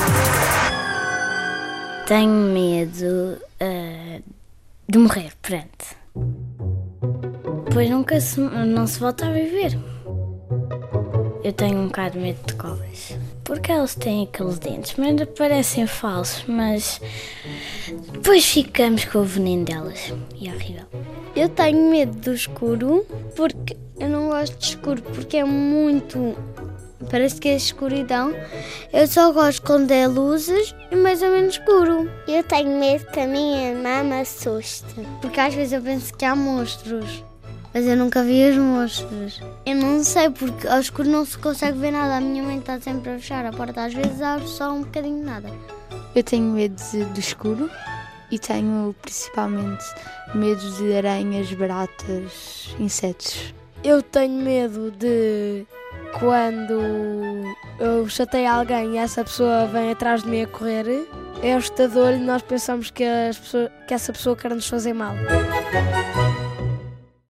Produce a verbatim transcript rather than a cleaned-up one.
Tenho medo uh, de morrer, pronto. Depois nunca se, não se volta a viver. Eu tenho um bocado de medo de cobras. Porque elas têm aqueles dentes, mas parecem falsos, mas depois ficamos com o veneno delas. E é horrível. Eu tenho medo do escuro, porque eu não gosto de escuro, porque é muito... Parece que é escuridão. Eu só gosto quando é luzes e mais ou menos escuro. Eu tenho medo que a minha irmã me assuste. Porque às vezes eu penso que há monstros, mas eu nunca vi os monstros. Eu não sei, porque ao escuro não se consegue ver nada. A minha mãe está sempre a fechar a porta. Às vezes abre só um bocadinho de nada. Eu tenho medo de, do escuro e tenho principalmente medo de aranhas, baratas, insetos. Eu tenho medo de quando eu chateio alguém e essa pessoa vem atrás de mim a correr. É assustador e nós pensamos que, as pessoas, que essa pessoa quer nos fazer mal.